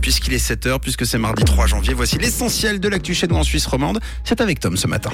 puisqu'il est 7h, puisque c'est mardi 3 janvier. Voici l'essentiel de l'actu chez nous en Suisse romande. C'est avec Tom ce matin.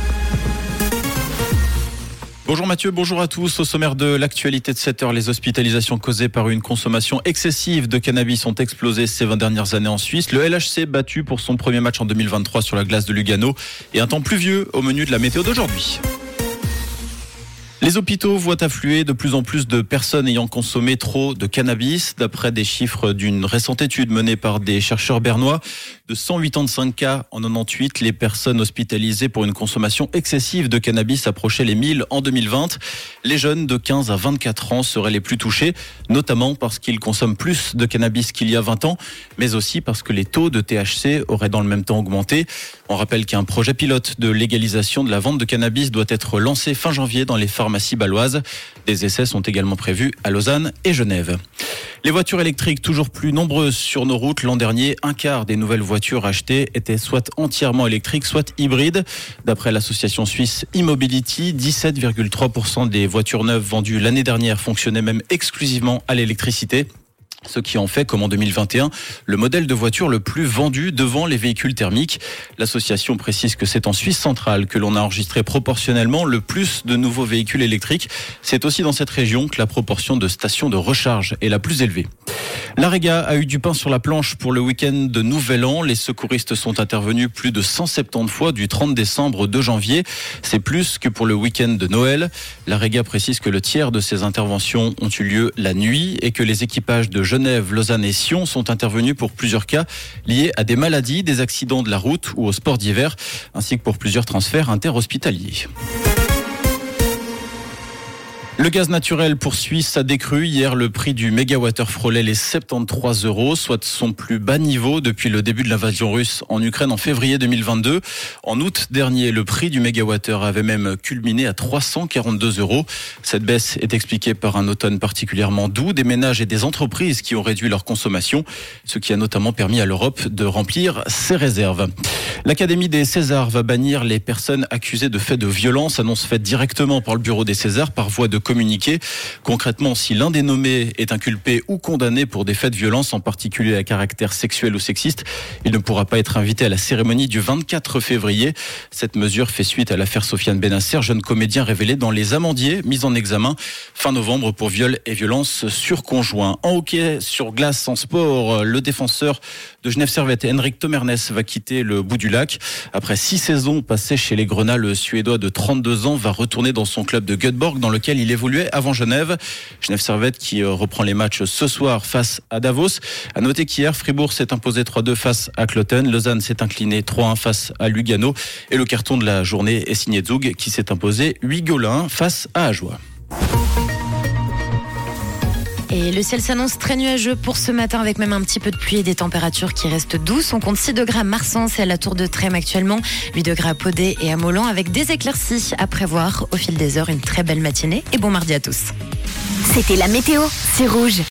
Bonjour Mathieu, bonjour à tous. Au sommaire de l'actualité de 7h, les hospitalisations causées par une consommation excessive de cannabis ont explosé ces 20 dernières années en Suisse. Le LHC battu pour son premier match en 2023 sur la glace de Lugano et un temps pluvieux au menu de la météo d'aujourd'hui. Les hôpitaux voient affluer de plus en plus de personnes ayant consommé trop de cannabis. D'après des chiffres d'une récente étude menée par des chercheurs bernois, de 185 cas en 98, les personnes hospitalisées pour une consommation excessive de cannabis approchaient les 1000 en 2020. Les jeunes de 15 à 24 ans seraient les plus touchés, notamment parce qu'ils consomment plus de cannabis qu'il y a 20 ans, mais aussi parce que les taux de THC auraient dans le même temps augmenté. On rappelle qu'un projet pilote de légalisation de la vente de cannabis doit être lancé fin janvier dans les pharmacies baloises. Des essais sont également prévus à Lausanne et Genève. Les voitures électriques toujours plus nombreuses sur nos routes. L'an dernier, un quart des nouvelles voitures achetées étaient soit entièrement électriques, soit hybrides. D'après l'association suisse e-Mobility, 17,3% des voitures neuves vendues l'année dernière fonctionnaient même exclusivement à l'électricité. Ce qui en fait, comme en 2021, le modèle de voiture le plus vendu devant les véhicules thermiques. L'association précise que c'est en Suisse centrale que l'on a enregistré proportionnellement le plus de nouveaux véhicules électriques. C'est aussi dans cette région que la proportion de stations de recharge est la plus élevée. La Réga a eu du pain sur la planche pour le week-end de Nouvel An. Les secouristes sont intervenus plus de 170 fois du 30 décembre au 2 janvier. C'est plus que pour le week-end de Noël. La Réga précise que le tiers de ces interventions ont eu lieu la nuit et que les équipages de Genève, Lausanne et Sion sont intervenus pour plusieurs cas liés à des maladies, des accidents de la route ou au sport d'hiver, ainsi que pour plusieurs transferts interhospitaliers. Le gaz naturel poursuit sa décrue. Hier, le prix du mégawattheure frôlait les 73 €, soit son plus bas niveau depuis le début de l'invasion russe en Ukraine en février 2022. En août dernier, le prix du mégawattheure avait même culminé à 342 €. Cette baisse est expliquée par un automne particulièrement doux, des ménages et des entreprises qui ont réduit leur consommation, ce qui a notamment permis à l'Europe de remplir ses réserves. L'Académie des Césars va bannir les personnes accusées de faits de violence, annonce faite directement par le bureau des Césars par voie de communiqué. Concrètement, si l'un des nommés est inculpé ou condamné pour des faits de violence, en particulier à caractère sexuel ou sexiste, il ne pourra pas être invité à la cérémonie du 24 février. Cette mesure fait suite à l'affaire Sofiane Benasser, jeune comédien révélé dans Les Amandiers, mis en examen fin novembre pour viol et violence sur conjoint. En hockey sur glace, en sport, le défenseur de Genève Servette, Henrik Tomernes, va quitter le bout du lac. Après 6 saisons passées chez les Grenats, le Suédois de 32 ans va retourner dans son club de Göteborg, dans lequel il évoluait avant Genève. Genève Servette qui reprend les matchs ce soir face à Davos. À noter qu'hier, Fribourg s'est imposé 3-2 face à Cloten. Lausanne s'est incliné 3-1 face à Lugano. Et le carton de la journée est signé Zug qui s'est imposé 8-1 face à Ajoie. Et le ciel s'annonce très nuageux pour ce matin avec même un petit peu de pluie et des températures qui restent douces. On compte 6 degrés à Marsens et à la Tour de Trême actuellement, 8 degrés à Podé et à Molan avec des éclaircies à prévoir au fil des heures. Une très belle matinée et bon mardi à tous. C'était la météo, c'est Rouge.